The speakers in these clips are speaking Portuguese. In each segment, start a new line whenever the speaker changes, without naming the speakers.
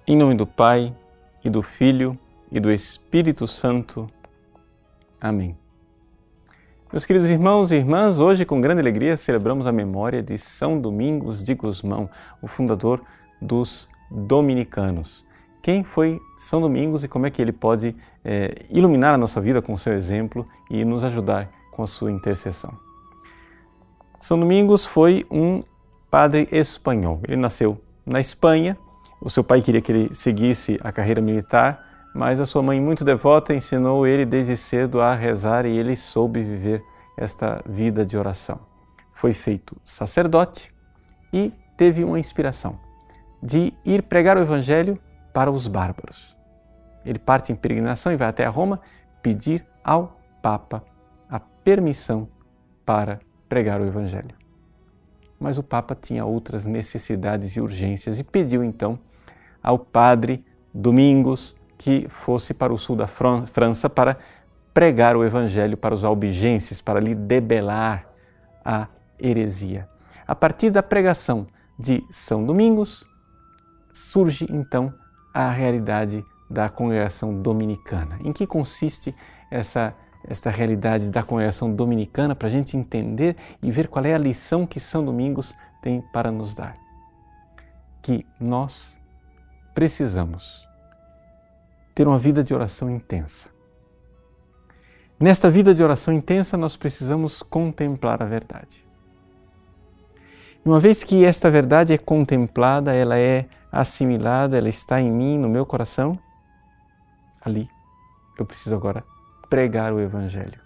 Em nome do Pai, e do Filho, e do Espírito Santo. Amém. Meus queridos irmãos e irmãs, hoje com grande alegria celebramos a memória de São Domingos de Gusmão, o fundador dos dominicanos. Quem foi São Domingos e como é que ele pode iluminar a nossa vida com o seu exemplo e nos ajudar com a sua intercessão? São Domingos foi um padre espanhol. Ele nasceu na Espanha. O seu pai queria que ele seguisse a carreira militar, mas a sua mãe, muito devota, ensinou ele desde cedo a rezar e ele soube viver esta vida de oração. Foi feito sacerdote e teve uma inspiração de ir pregar o Evangelho para os bárbaros. Ele parte em peregrinação e vai até a Roma pedir ao Papa a permissão para pregar o Evangelho. Mas o Papa tinha outras necessidades e urgências e pediu então ao padre Domingos que fosse para o sul da França para pregar o Evangelho para os albigenses, para lhe debelar a heresia. A partir da pregação de São Domingos, surge então a realidade da congregação dominicana. Em que consiste esta realidade da congregação dominicana para a gente entender e ver qual é a lição que São Domingos tem para nos dar? Que nós precisamos ter uma vida de oração intensa. Nesta vida de oração intensa, nós precisamos contemplar a verdade. E uma vez que esta verdade é contemplada, ela é assimilada, ela está em mim, no meu coração, ali eu preciso agora pregar o Evangelho.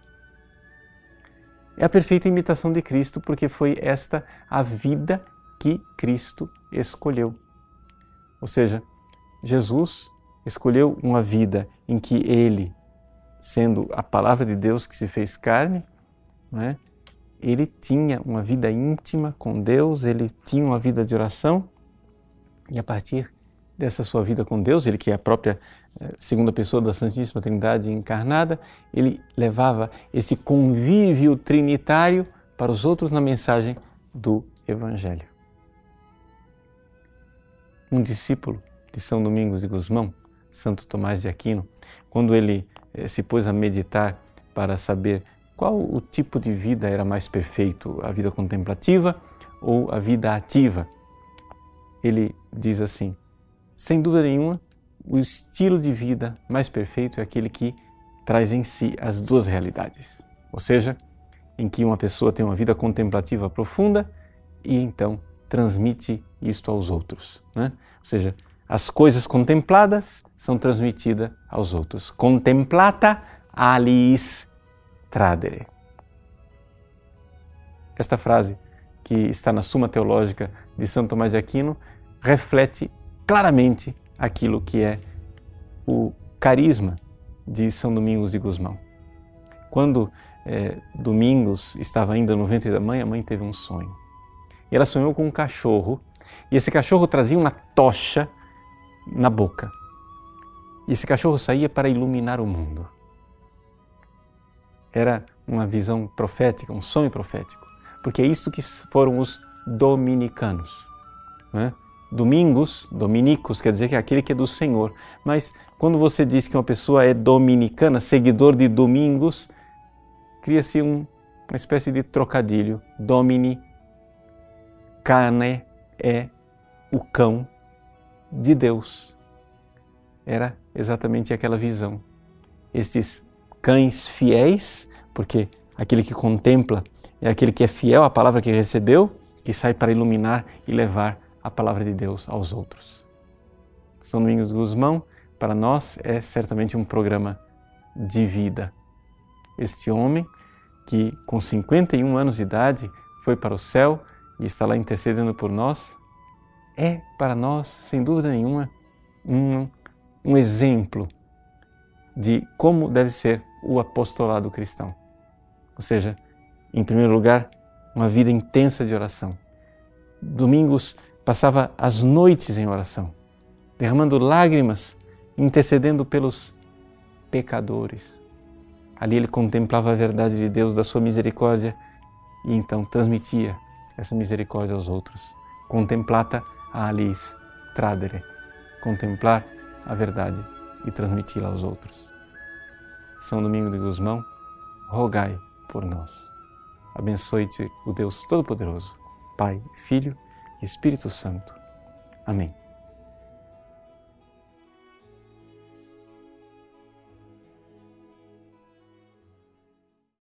É a perfeita imitação de Cristo, porque foi esta a vida que Cristo escolheu. Ou seja, Jesus escolheu uma vida em que Ele, sendo a palavra de Deus que se fez carne, Ele tinha uma vida íntima com Deus, Ele tinha uma vida de oração e a partir dessa sua vida com Deus, Ele que é a própria segunda pessoa da Santíssima Trindade encarnada, Ele levava esse convívio trinitário para os outros na mensagem do Evangelho. Um discípulo de São Domingos de Gusmão, Santo Tomás de Aquino, quando ele se pôs a meditar para saber qual o tipo de vida era mais perfeito, a vida contemplativa ou a vida ativa, ele diz assim: sem dúvida nenhuma, o estilo de vida mais perfeito é aquele que traz em si as duas realidades, ou seja, em que uma pessoa tem uma vida contemplativa profunda e então transmite isto aos outros, Ou seja, as coisas contempladas são transmitidas aos outros. Contemplata aliis tradere. Esta frase, que está na Suma Teológica de São Tomás de Aquino, reflete claramente aquilo que é o carisma de São Domingos de Gusmão. Quando Domingos estava ainda no ventre da mãe, a mãe teve um sonho. E ela sonhou com um cachorro, e esse cachorro trazia uma tocha na boca. E esse cachorro saía para iluminar o mundo. Era uma visão profética, um sonho profético, porque é isto que foram os dominicanos. Domingos, dominicos, quer dizer que é aquele que é do Senhor. Mas quando você diz que uma pessoa é dominicana, seguidor de Domingos, cria-se uma espécie de trocadilho. Domini, cane é o cão de Deus. Era exatamente aquela visão. Estes cães fiéis, porque aquele que contempla é aquele que é fiel à palavra que recebeu, que sai para iluminar e levar a palavra de Deus aos outros. São Domingos de Gusmão, para nós, é certamente um programa de vida. Este homem que com 51 anos de idade foi para o céu e está lá intercedendo por nós, é para nós, sem dúvida nenhuma, um exemplo de como deve ser o apostolado cristão. Ou seja, em primeiro lugar, uma vida intensa de oração. Domingos passava as noites em oração, derramando lágrimas, intercedendo pelos pecadores. Ali ele contemplava a verdade de Deus, da sua misericórdia, e então transmitia essa misericórdia aos outros. Contemplata aliis tradere. contemplar a verdade e transmiti-la aos outros. São Domingos de Gusmão, rogai por nós. Abençoe-te o Deus Todo-Poderoso, Pai, Filho e Espírito Santo. Amém.